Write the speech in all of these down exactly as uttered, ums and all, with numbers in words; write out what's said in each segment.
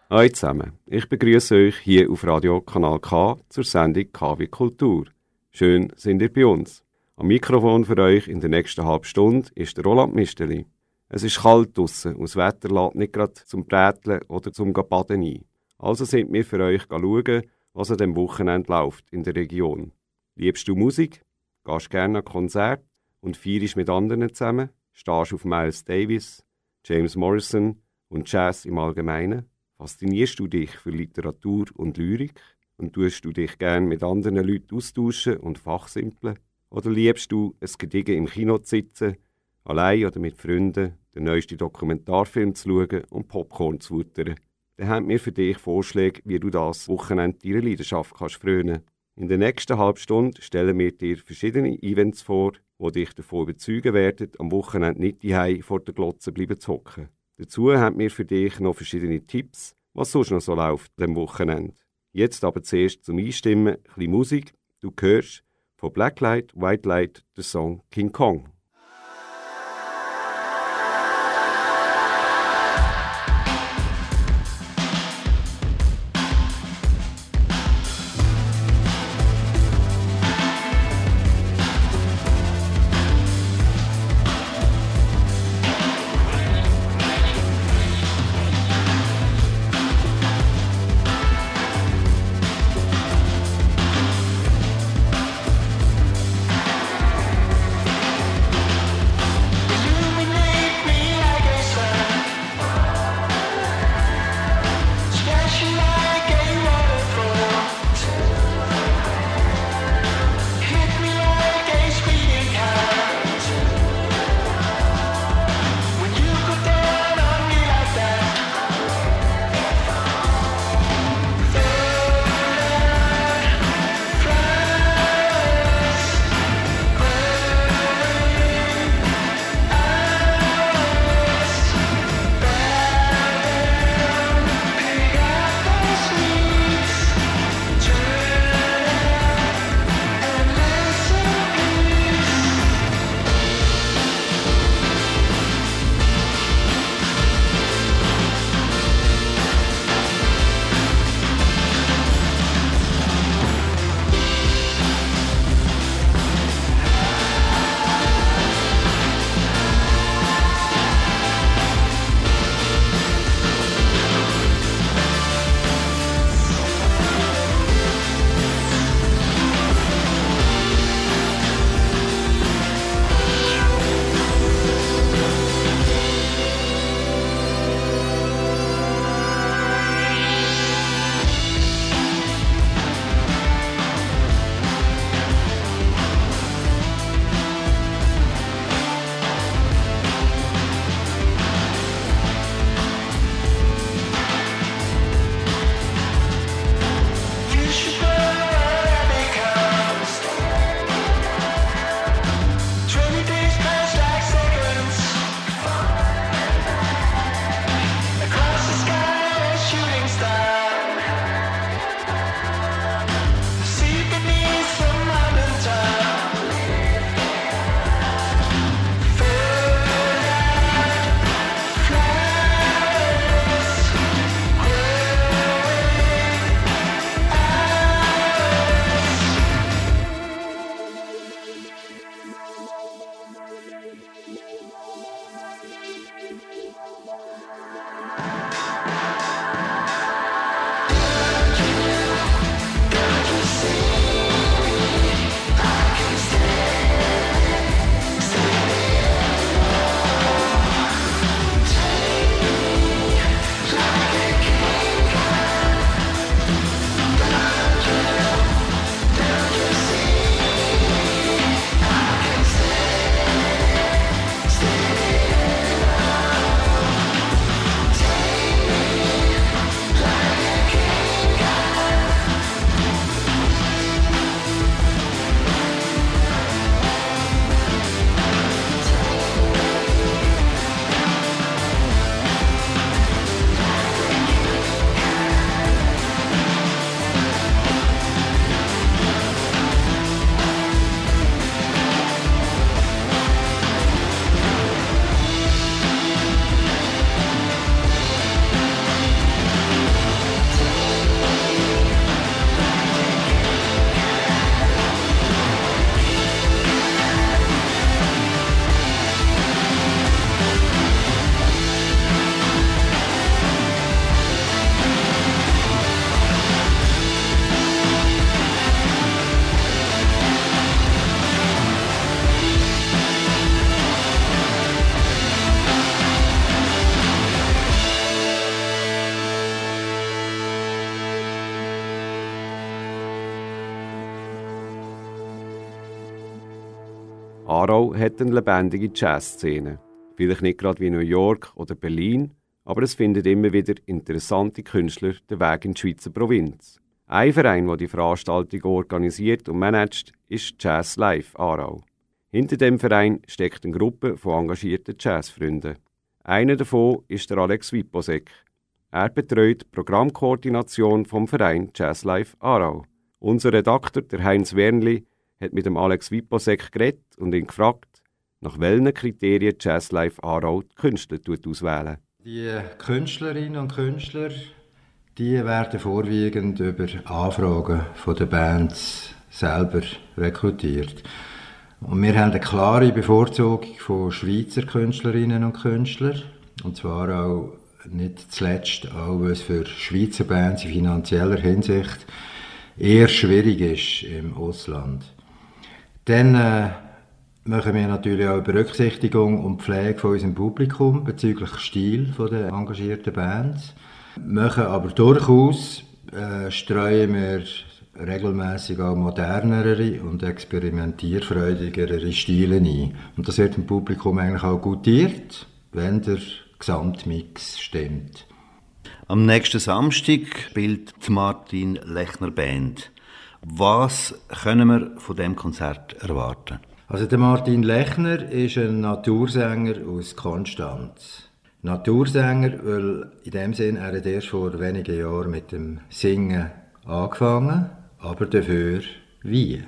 Hallo zusammen, ich begrüße euch hier auf Radio Kanal K zur Sendung K wie Kultur. Schön sind ihr bei uns. Am Mikrofon für euch in der nächsten halben Stunde ist der Roland Misteli. Es ist kalt draussen und das Wetter lädt nicht gerade zum Bräteln oder zum Baden ein. Also sind wir für euch schauen, was an diesem Wochenende läuft in der Region. Liebst du Musik? Gehst gerne an Konzert und feierst mit anderen zusammen? Stehst auf Miles Davis, James Morrison und Jazz im Allgemeinen? Faszinierst du dich für Literatur und Lyrik? Und tust du dich gerne mit anderen Leuten austauschen und fachsimpeln? Oder liebst du es Gedigen im Kino zu sitzen, allein oder mit Freunden, den neuesten Dokumentarfilm zu schauen und Popcorn zu futtern? Dann haben wir für dich Vorschläge, wie du das Wochenende deiner Leidenschaft kannst frönen. In der nächsten halben Stunde stellen wir dir verschiedene Events vor, die dich davon überzeugen werden, am Wochenende nicht daheim vor der Glotze bleiben zu hocken. Dazu haben wir für dich noch verschiedene Tipps, was sonst noch so läuft am Wochenende. Jetzt aber zuerst zum Einstimmen ein bisschen Musik. Du hörst von Blacklight, White Light den Song King Kong. We'll be right back. Aarau hat eine lebendige Jazzszene. Vielleicht nicht gerade wie New York oder Berlin, aber es findet immer wieder interessante Künstler den Weg in die Schweizer Provinz. Ein Verein, der die Veranstaltung organisiert und managt, ist Jazz Live Aarau. Hinter dem Verein steckt eine Gruppe von engagierten Jazzfreunden. Einer davon ist der Alex Wiposek. Er betreut die Programmkoordination vom Verein Jazz Live Aarau. Unser Redakteur, der Heinz Wernli, hat mit dem Alex Wiposek geredet und ihn gefragt, nach welchen Kriterien Jazz Live Aarau die Künstler auswählen. Die Künstlerinnen und Künstler, die werden vorwiegend über Anfragen von den Bands selber rekrutiert. Und wir haben eine klare Bevorzugung von Schweizer Künstlerinnen und Künstlern. Und zwar auch nicht zuletzt, auch weil es für Schweizer Bands in finanzieller Hinsicht eher schwierig ist im Ausland. Dann äh, machen wir natürlich auch Berücksichtigung und Pflege von unserem Publikum bezüglich Stil der engagierten Bands. Wir machen aber durchaus, äh, streuen wir regelmäßig auch modernere und experimentierfreudigere Stile ein. Und das wird dem Publikum eigentlich auch gutiert, wenn der Gesamtmix stimmt. Am nächsten Samstag spielt die Martin Lechner Band. Was können wir von diesem Konzert erwarten? Also der Martin Lechner ist ein Natursänger aus Konstanz. Natursänger, weil in dem Sinn er hat erst vor wenigen Jahren mit dem Singen angefangen, aber dafür wie.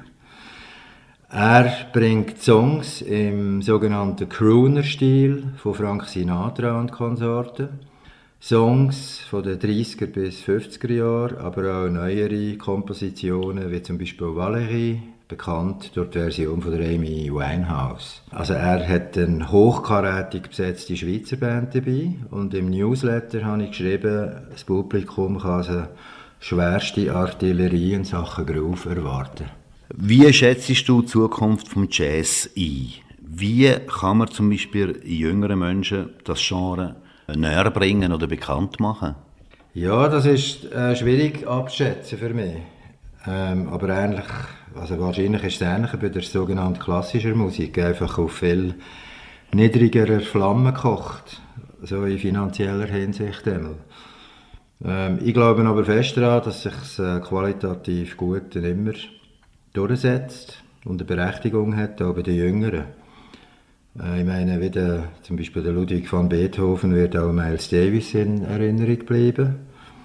Er bringt Songs im sogenannten Crooner-Stil von Frank Sinatra und Konsorten. Songs von den dreißiger bis fünfziger Jahren, aber auch neuere Kompositionen, wie zum Beispiel Valérie, bekannt durch die Version von der Amy Winehouse. Also er hat eine hochkarätig besetzte Schweizer Band dabei und im Newsletter habe ich geschrieben, das Publikum kann also schwerste Artillerie in Sachen Groove erwarten. Wie schätzt du die Zukunft vom Jazz ein? Wie kann man zum Beispiel jüngeren Menschen das Genre näher bringen oder bekannt machen? Ja, das ist äh, schwierig abzuschätzen für mich. Ähm, aber ähnlich, also wahrscheinlich ist es ähnlich bei der sogenannten klassischen Musik, einfach auf viel niedrigerer Flamme gekocht, so in finanzieller Hinsicht. Ähm, ich glaube aber fest daran, dass sich äh, qualitativ gut immer durchsetzt und eine Berechtigung hat, auch bei den Jüngeren. Äh, ich meine, wie der, zum Beispiel der Ludwig van Beethoven wird auch Miles Davis in Erinnerung bleiben.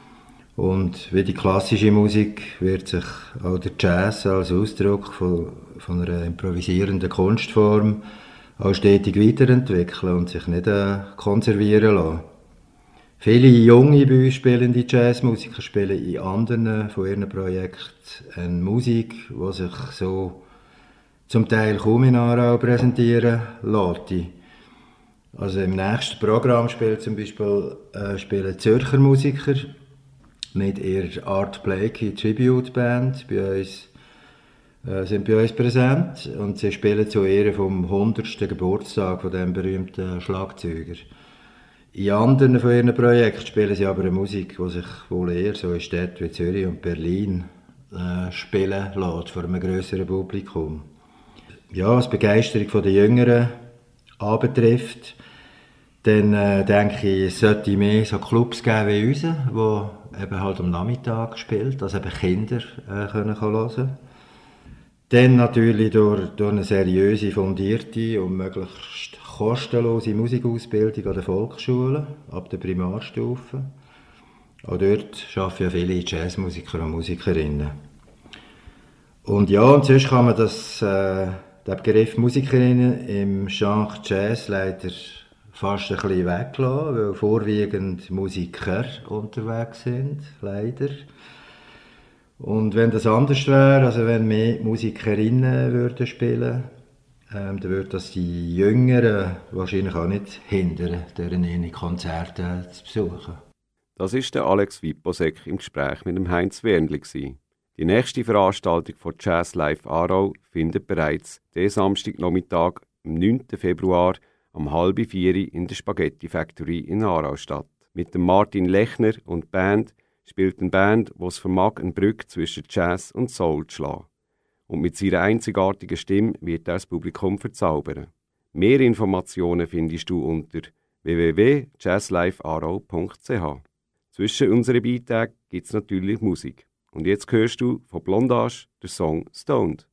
Und wie die klassische Musik wird sich auch der Jazz als Ausdruck von, von einer improvisierenden Kunstform auch stetig weiterentwickeln und sich nicht äh, konservieren lassen. Viele junge bei uns spielende Jazzmusiker spielen in anderen von ihren Projekten eine Musik, die sich so zum Teil kaum in Aarau präsentieren lässt. Also im nächsten Programm spielen zum Beispiel äh, spielen Zürcher Musiker mit ihrer Art Blakey Tribute Band bei uns, äh, sind bei uns präsent und sie spielen zu Ehren vom hundertsten Geburtstag von dem berühmten Schlagzeuger. In anderen von ihren Projekten spielen sie aber eine Musik, die sich wohl eher so in Städten wie Zürich und Berlin äh, spielen lässt, vor einem grösseren Publikum. Ja, was die Begeisterung der Jüngeren anbetrifft, dann äh, denke ich, es sollte mehr so Clubs geben wie unsere, die eben halt am Nachmittag spielt, dass eben Kinder äh, können hören. Dann natürlich durch, durch eine seriöse, fundierte und möglichst kostenlose Musikausbildung an den Volksschulen, ab der Primarstufe. Auch dort arbeiten ja viele Jazzmusiker und Musikerinnen. Und ja, und sonst kann man das, äh, den Begriff Musikerinnen im Genre Jazz leider fast ein bisschen weglassen, weil vorwiegend Musiker unterwegs sind, leider. Und wenn das anders wäre, also wenn mehr Musikerinnen würden spielen, ähm, dann würde das die Jüngeren wahrscheinlich auch nicht hindern, deren Konzerte zu besuchen. Das war der Alex Wiposek im Gespräch mit dem Heinz Wernli. Die nächste Veranstaltung von Jazz Live Aarau findet bereits diesen Samstagnachmittag, am neunten Februar, um halb vier in der Spaghetti Factory in Aarau statt. Mit dem Martin Lechner und Band spielt eine Band, die es vermag, eine Brücke zwischen Jazz und Soul zu schlagen. und mit seiner einzigartigen Stimme wird er das Publikum verzaubern. Mehr Informationen findest du unter w w w punkt jazzlife aarau punkt c h. Zwischen unseren Beiträgen gibt es natürlich Musik. Und jetzt hörst du von Blondage den Song «Stoned».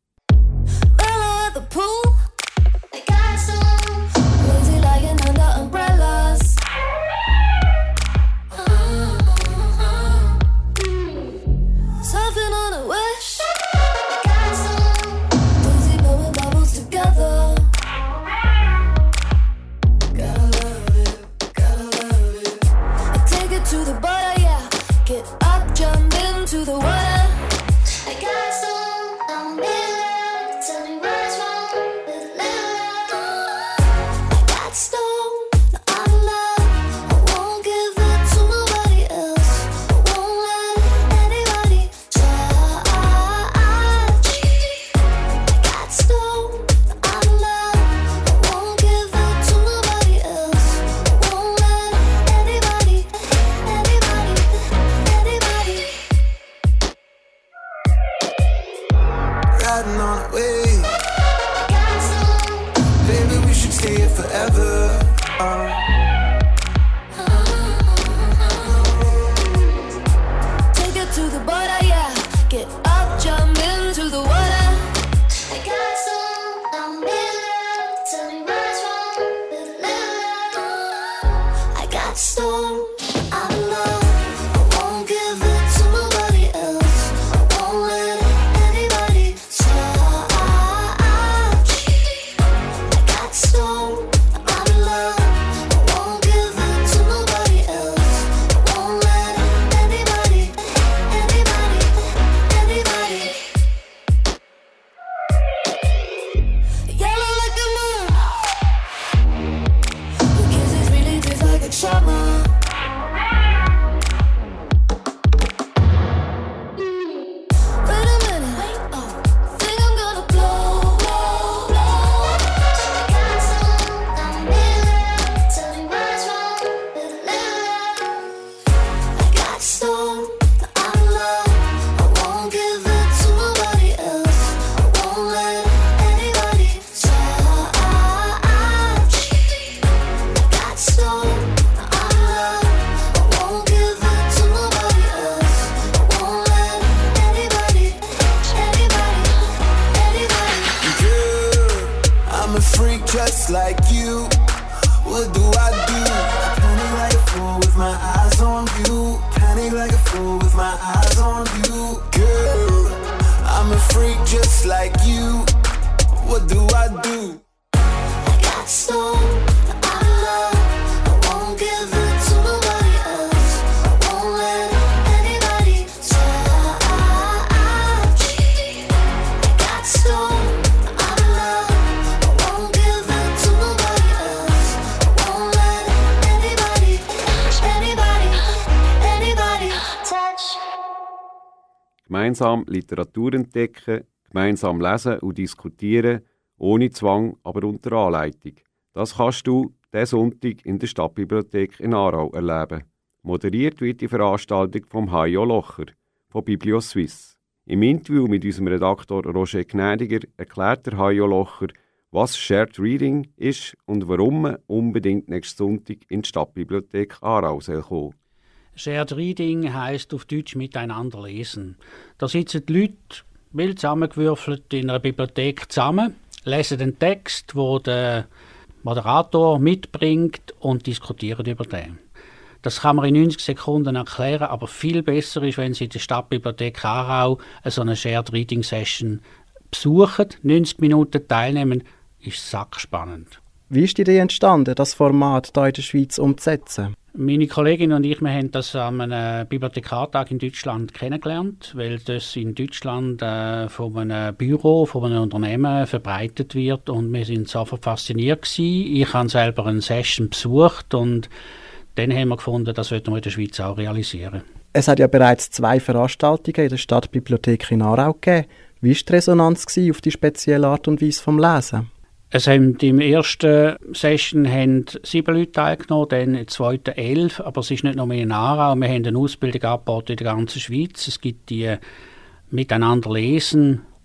Gemeinsam Literatur entdecken, gemeinsam lesen und diskutieren, ohne Zwang, aber unter Anleitung. Das kannst du diesen Sonntag in der Stadtbibliothek in Aarau erleben. Moderiert wird die Veranstaltung vom Hajo Locher von Bibliosuisse. Im Interview mit unserem Redaktor Roger Gnädiger erklärt der Hajo Locher, was Shared Reading ist und warum man unbedingt nächsten Sonntag in die Stadtbibliothek Aarau soll kommen. Shared Reading heisst auf Deutsch miteinander lesen. Da sitzen die Leute wild zusammengewürfelt in einer Bibliothek zusammen, lesen den Text, den der Moderator mitbringt und diskutieren über den. Das kann man in neunzig Sekunden erklären, aber viel besser ist, wenn Sie in der Stadtbibliothek Aarau so eine Shared Reading Session besuchen, neunzig Minuten teilnehmen, ist sackspannend. Wie ist die Idee entstanden, das Format hier in der Schweiz umzusetzen? Meine Kollegin und ich, wir haben das an einem Bibliothekartag in Deutschland kennengelernt, weil das in Deutschland äh, von einem Büro, von einem Unternehmen verbreitet wird und wir sind sofort fasziniert gewesen. Ich habe selber eine Session besucht und dann haben wir gefunden, das wollten wir in der Schweiz auch realisieren. Es hat ja bereits zwei Veranstaltungen in der Stadtbibliothek in Aarau gegeben. Wie war die Resonanz auf die spezielle Art und Weise vom Lesen? Es haben im ersten Session haben sieben Leute teilgenommen, dann in der zweiten elf, aber es ist nicht nur mehr in Aarau. Wir haben eine Ausbildung angeboten in der ganzen Schweiz. Es gibt die Miteinander lesen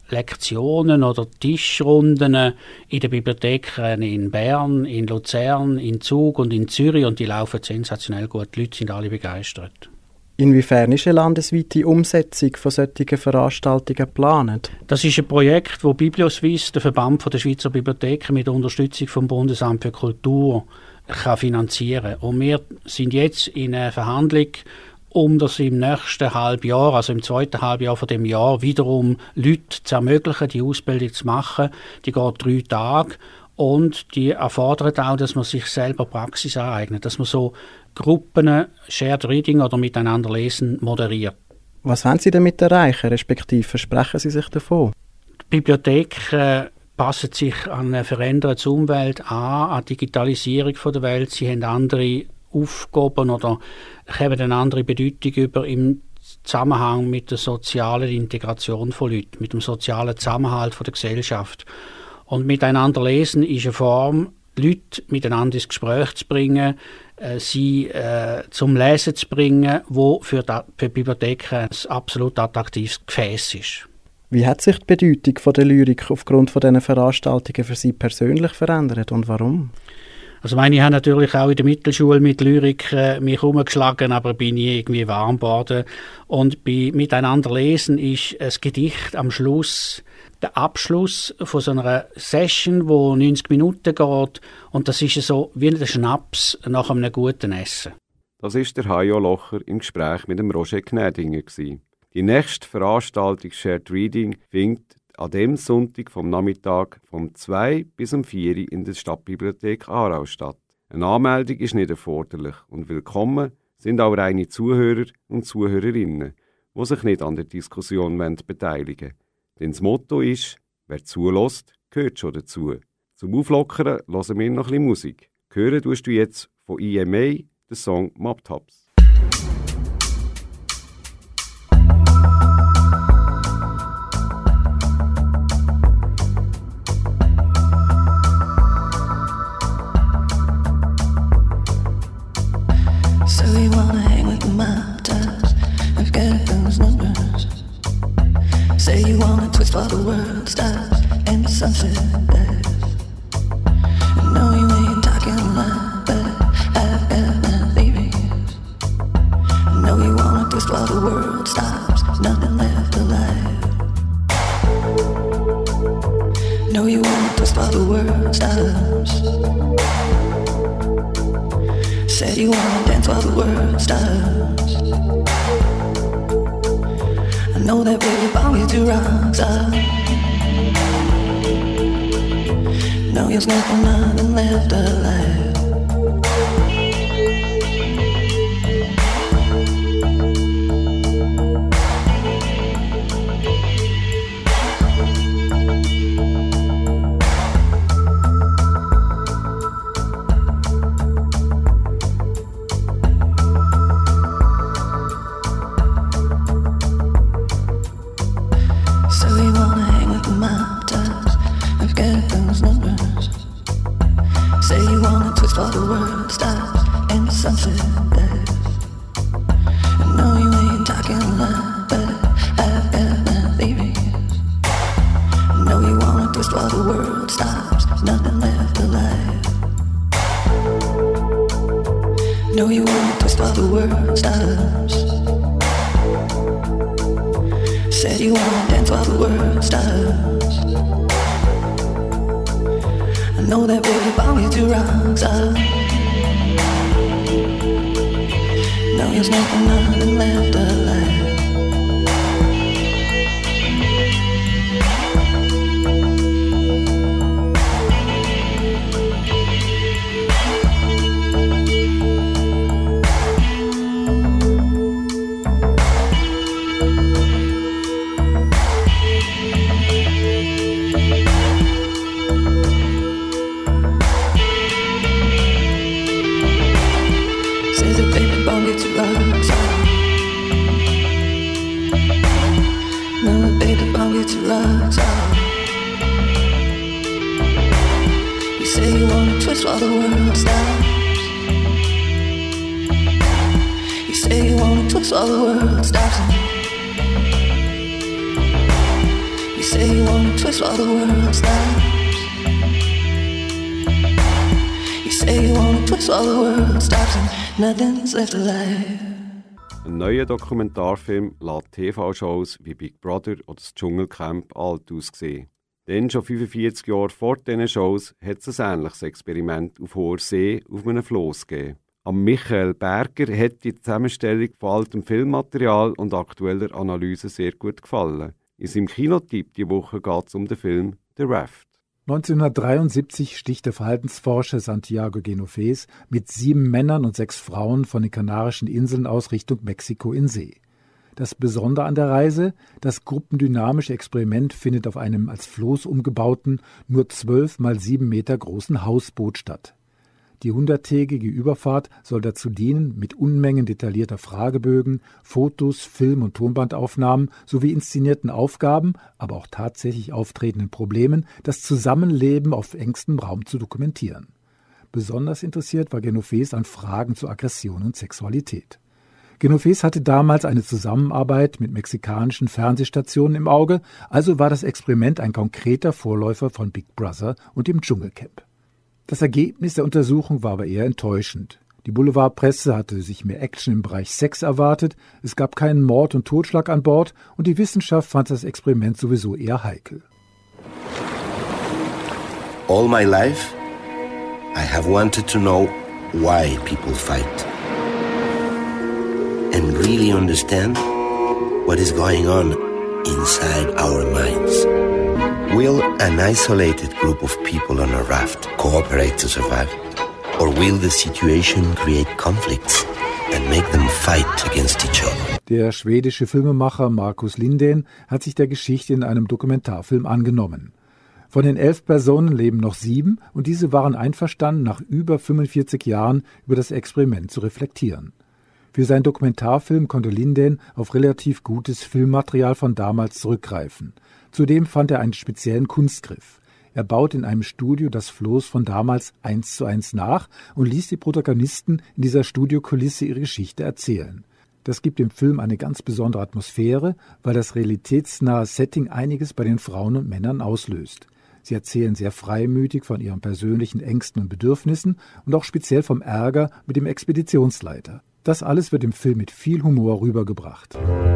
Lektionen oder Tischrunden in den Bibliotheken in Bern, in Luzern, in Zug und in Zürich und die laufen sensationell gut. Die Leute sind alle begeistert. Inwiefern ist eine landesweite Umsetzung von solchen Veranstaltungen geplant? Das ist ein Projekt, das Biblioswiss, der Verband der Schweizer Bibliotheken, mit Unterstützung vom Bundesamt für Kultur kann finanzieren. Und wir sind jetzt in einer Verhandlung, um das im nächsten Halbjahr, also im zweiten Halbjahr von dem Jahr, wiederum Leute zu ermöglichen, die Ausbildung zu machen. Die geht drei Tage und die erfordert auch, dass man sich selber Praxis aneignet, dass man so Gruppen, Shared Reading oder miteinander lesen, moderiert. Was wollen Sie damit erreichen, respektive versprechen Sie sich davon? Die Bibliotheken passen sich an eine veränderte Umwelt an, an die Digitalisierung der Welt. Sie haben andere Aufgaben oder haben eine andere Bedeutung über im Zusammenhang mit der sozialen Integration von Leuten, mit dem sozialen Zusammenhalt von der Gesellschaft. Und miteinander lesen ist eine Form, Leute miteinander ins Gespräch zu bringen, äh, sie äh, zum Lesen zu bringen, wo für die, für die Bibliotheken ein absolut attraktives Gefäß ist. Wie hat sich die Bedeutung von der Lyrik aufgrund von diesen Veranstaltungen für Sie persönlich verändert und warum? Also meine, ich habe natürlich auch in der Mittelschule mit Lyrik äh, mich herumgeschlagen, aber bin nie irgendwie warm geworden. Und bei Miteinander lesen ist ein Gedicht am Schluss der Abschluss von so einer Session, die neunzig Minuten geht. Und das ist so wie ein Schnaps nach einem guten Essen. Das ist der Hajo Locher im Gespräch mit dem Roger Gnädinger gewesen. Die nächste Veranstaltung Shared Reading findet an dem Sonntag vom Nachmittag vom zwei bis um vier in der Stadtbibliothek Aarau statt. Eine Anmeldung ist nicht erforderlich und willkommen sind auch reine Zuhörer und Zuhörerinnen, die sich nicht an der Diskussion beteiligen wollen. Denn das Motto ist, wer zulässt, gehört schon dazu. Zum Auflockern hören wir noch ein bisschen Musik. Hören tust du jetzt von E M A den Song Mop-Tops. So you wanna hang with the mob tops? I've got those numbers. Say you wanna twist while the world stops and the sunset dies. I know you ain't talking a lot, but I've got my theories. I know you wanna twist while the world stops, nothing left alive. Know you wanna twist while the world stops. Said you wanna dance while the world stops. I know that baby ball you two rocks up. No, there's nothing, nothing left alive. While the world stops and the sunset dies. I know you ain't talking a lot, but I've got my theories. I know you wanna twist while the world stops, nothing left alive. Know you wanna twist while the world stops. Said you wanna dance while the world stops. I know that baby ball you two rocks up. No, there's nothing, nothing left alive. While the world stops, you say you wanna twist while the world stops. You say you twist while the world stops. You say you wanna twist while the world stops and nothing's left alive. Ein neuer Dokumentarfilm lässt T V-Shows wie Big Brother oder das Dschungelcamp alt aussehen. Denn schon fünfundvierzig Jahre vor diesen Shows hat es ein ähnliches Experiment auf hoher See auf einem Floss gegeben. Am Michael Berger hat die Zusammenstellung von altem Filmmaterial und aktueller Analyse sehr gut gefallen. In seinem Kinotipp diese Woche geht es um den Film «The Raft». neunzehnhundertdreiundsiebzig sticht der Verhaltensforscher Santiago Genovés mit sieben Männern und sechs Frauen von den Kanarischen Inseln aus Richtung Mexiko in See. Das Besondere an der Reise, das gruppendynamische Experiment findet auf einem als Floß umgebauten, nur zwölf mal sieben Meter großen Hausboot statt. Die hunderttägige Überfahrt soll dazu dienen, mit Unmengen detaillierter Fragebögen, Fotos, Film- und Tonbandaufnahmen sowie inszenierten Aufgaben, aber auch tatsächlich auftretenden Problemen, das Zusammenleben auf engstem Raum zu dokumentieren. Besonders interessiert war Genovés an Fragen zu Aggression und Sexualität. Genovés hatte damals eine Zusammenarbeit mit mexikanischen Fernsehstationen im Auge, also war das Experiment ein konkreter Vorläufer von Big Brother und dem Dschungelcamp. Das Ergebnis der Untersuchung war aber eher enttäuschend. Die Boulevardpresse hatte sich mehr Action im Bereich Sex erwartet, es gab keinen Mord und Totschlag an Bord und die Wissenschaft fand das Experiment sowieso eher heikel. All my life, I have wanted to know why people fight and really understand what is going on inside our minds. Will an isolated group of people on a raft cooperate to survive? Or will the situation create conflicts and make them fight against each other? Der schwedische Filmemacher Markus Lindén hat sich der Geschichte in einem Dokumentarfilm angenommen. Von den elf Personen leben noch sieben und diese waren einverstanden, nach über fünfundvierzig Jahren über das Experiment zu reflektieren. Für seinen Dokumentarfilm konnte Lindén auf relativ gutes Filmmaterial von damals zurückgreifen. Zudem fand er einen speziellen Kunstgriff. Er baut in einem Studio das Floß von damals eins zu eins nach und ließ die Protagonisten in dieser Studiokulisse ihre Geschichte erzählen. Das gibt dem Film eine ganz besondere Atmosphäre, weil das realitätsnahe Setting einiges bei den Frauen und Männern auslöst. Sie erzählen sehr freimütig von ihren persönlichen Ängsten und Bedürfnissen und auch speziell vom Ärger mit dem Expeditionsleiter. Das alles wird im Film mit viel Humor rübergebracht.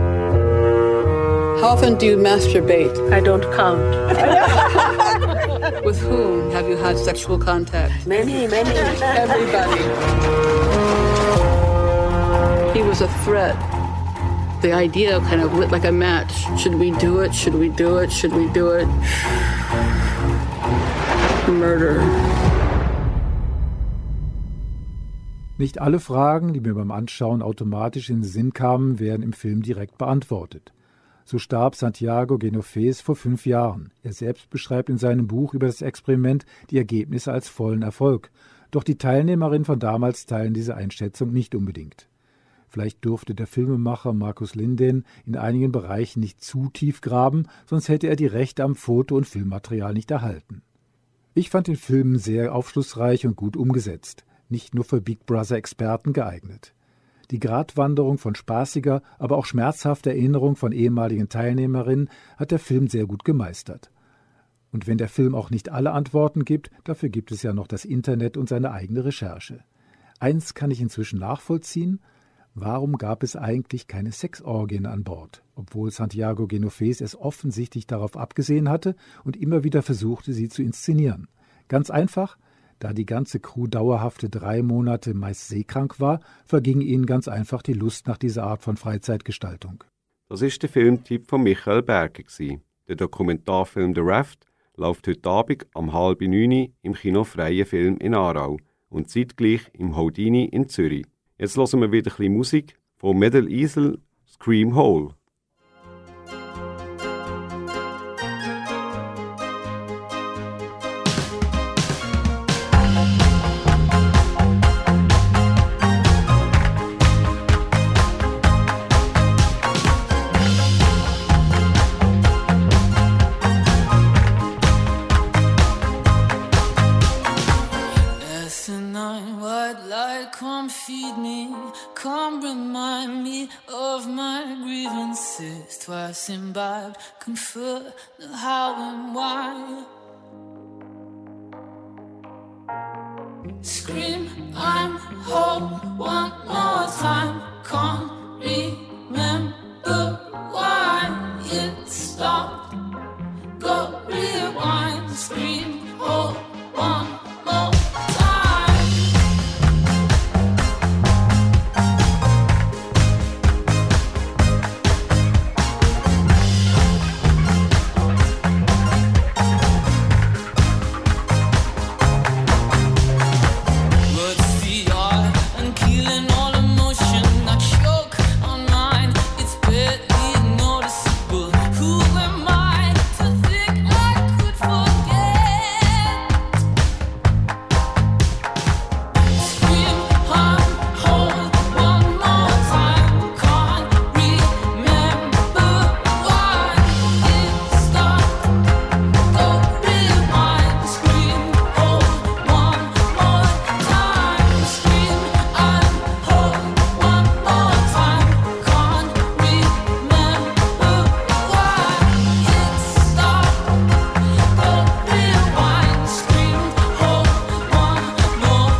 How often do you masturbate? I don't count. With whom have you had sexual contact? Many, many. Everybody. He was a threat. The idea kind of lit like a match. Should we do it? Should we do it? Should we do it? Murder. Nicht alle Fragen, die mir beim Anschauen automatisch in den Sinn kamen, werden im Film direkt beantwortet. So starb Santiago Genovés vor fünf Jahren. Er selbst beschreibt in seinem Buch über das Experiment die Ergebnisse als vollen Erfolg. Doch die Teilnehmerinnen von damals teilen diese Einschätzung nicht unbedingt. Vielleicht durfte der Filmemacher Markus Lindén in einigen Bereichen nicht zu tief graben, sonst hätte er die Rechte am Foto- und Filmmaterial nicht erhalten. Ich fand den Film sehr aufschlussreich und gut umgesetzt. Nicht nur für Big Brother-Experten geeignet. Die Gratwanderung von spaßiger, aber auch schmerzhafter Erinnerung von ehemaligen Teilnehmerinnen hat der Film sehr gut gemeistert. Und wenn der Film auch nicht alle Antworten gibt, dafür gibt es ja noch das Internet und seine eigene Recherche. Eins kann ich inzwischen nachvollziehen: Warum gab es eigentlich keine Sexorgien an Bord, obwohl Santiago Genovés es offensichtlich darauf abgesehen hatte und immer wieder versuchte, sie zu inszenieren? Ganz einfach: Da die ganze Crew dauerhafte drei Monate meist seekrank war, verging ihnen ganz einfach die Lust nach dieser Art von Freizeitgestaltung. Das war der Filmtipp von Michael Berger. Der Dokumentarfilm «The Raft» läuft heute Abend um halb neun im Kino Freie Film in Aarau und zeitgleich im Houdini in Zürich. Jetzt hören wir wieder ein bisschen Musik von Mädel Isel, «Scream Hole». Tonight white light, come feed me, come remind me of my grievances. Twice imbibed, confer the how and why. Scream, I'm whole one more time, can't remember why it stopped. Go rewind, scream, oh, one more time. Words the art and killing all emotion that choke on mine. It's barely noticeable. Who am I to think I could forget? Scream, I'm whole one more time. Can't remember why it stopped. Go rewind. Scream, oh, one more time. Scream, I'm whole one more time. Can't remember why it stopped. Go rewind. Scream, oh, one more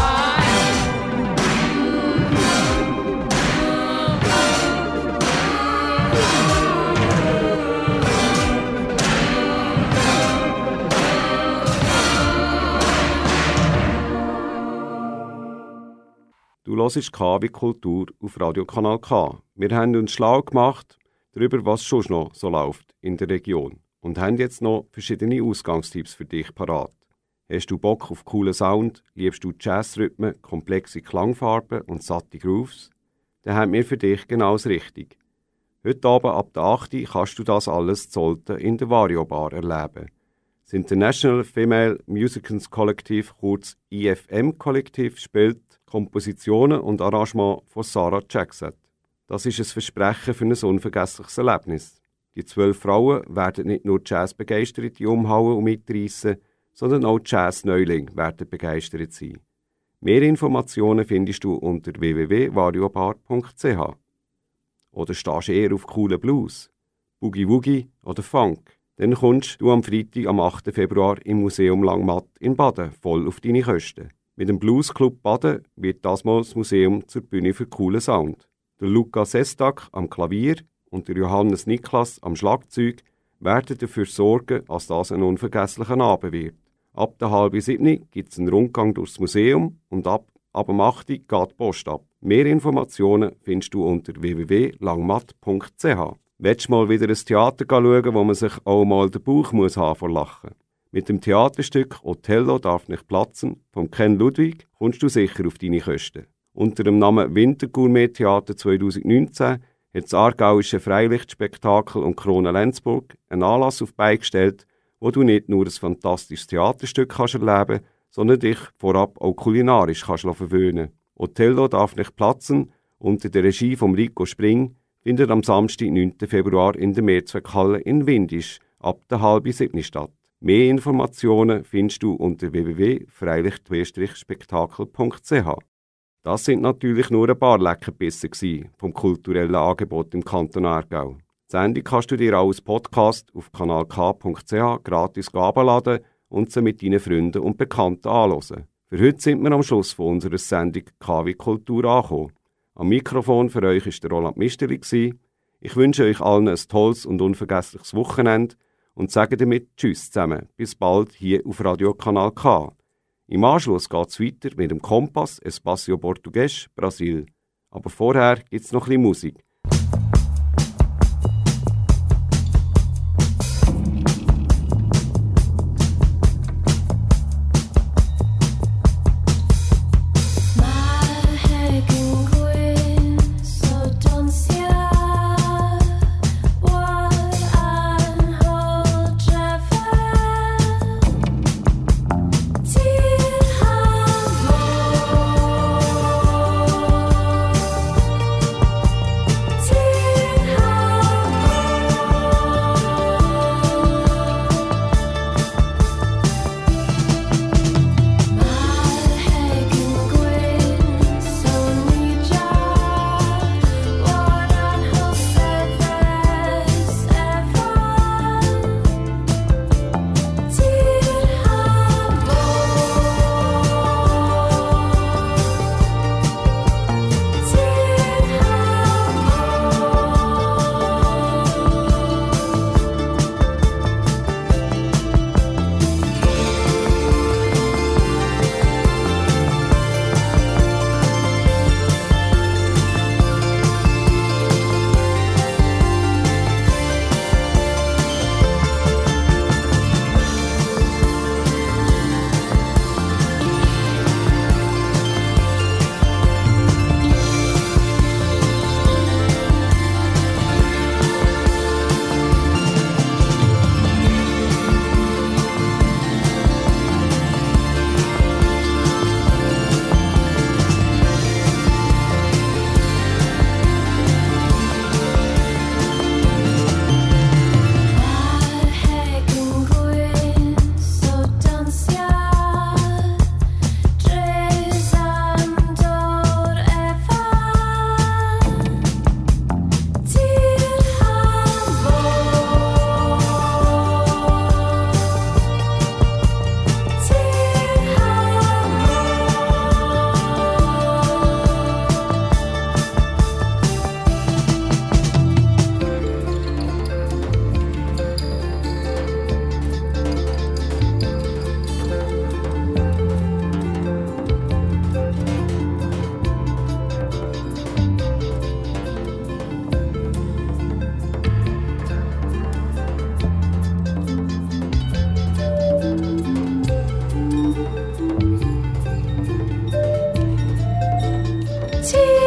Du hörst K wie Kultur auf Radiokanal K. Wir haben uns schlau gemacht darüber, was schon noch so läuft in der Region und haben jetzt noch verschiedene Ausgangstipps für dich parat. Hast du Bock auf coolen Sound, liebst du Jazzrhythmen, komplexe Klangfarben und satte Grooves? Dann haben wir für dich genau das Richtige. Heute Abend ab der acht Uhr kannst du das alles zu Olten in der Vario Bar erleben. Das International Female Musicians Collective, kurz I F M Kollektiv, spielt Kompositionen und Arrangements von Sarah Jackson. Das ist ein Versprechen für ein unvergessliches Erlebnis. Die zwölf Frauen werden nicht nur Jazz-Begeisterte umhauen und mitreissen, sondern auch Jazz-Neulinge werden begeistert sein. Mehr Informationen findest du unter w w w punkt variobar punkt c h. Oder stehst du eher auf coolen Blues, Boogie Woogie oder Funk? Dann kommst du am Freitag, am achten Februar im Museum Langmatt in Baden voll auf deine Kosten. Mit dem Bluesclub Baden wird das mal das Museum zur Bühne für coolen Sound. Der Luca Sestak am Klavier und der Johannes Niklas am Schlagzeug werden dafür sorgen, dass das ein unvergesslicher Abend wird. Ab der halben sieben gibt es einen Rundgang durchs Museum und ab, ab dem acht Uhr geht die Post ab. Mehr Informationen findest du unter w w w punkt langmatt punkt c h. Willst du mal wieder ein Theater schauen, wo man sich auch mal den Bauch muss haben vor Lachen? Mit dem Theaterstück «Othello darf nicht platzen» von Ken Ludwig kommst du sicher auf deine Kosten. Unter dem Namen Wintergourmet-Theater zwanzig neunzehn hat das aargauische Freilichtspektakel und Krone Lenzburg einen Anlass auf beigestellt, wo du nicht nur ein fantastisches Theaterstück kannst erleben, sondern dich vorab auch kulinarisch kannst verwöhnen. «Othello darf nicht platzen» unter der Regie von Rico Spring findet am Samstag, neunten Februar in der Mehrzweckhalle in Windisch ab der halben siebni statt. Mehr Informationen findest du unter w w w punkt freilicht spektakel punkt c h. Das sind natürlich nur ein paar Leckerbissen vom kulturellen Angebot im Kanton Aargau. Die Sendung kannst du dir auch als Podcast auf kanal k punkt c h gratis herunterladen und sie mit deinen Freunden und Bekannten anhören. Für heute sind wir am Schluss von unserer Sendung K wie Kultur angekommen. Am Mikrofon für euch war der Roland Misteli. Ich wünsche euch allen ein tolles und unvergessliches Wochenende und sage damit Tschüss zusammen. Bis bald hier auf Radiokanal K. Im Anschluss geht es weiter mit dem Kompass Espacio Português Brasil. Aber vorher gibt es noch ein bisschen Musik. tears.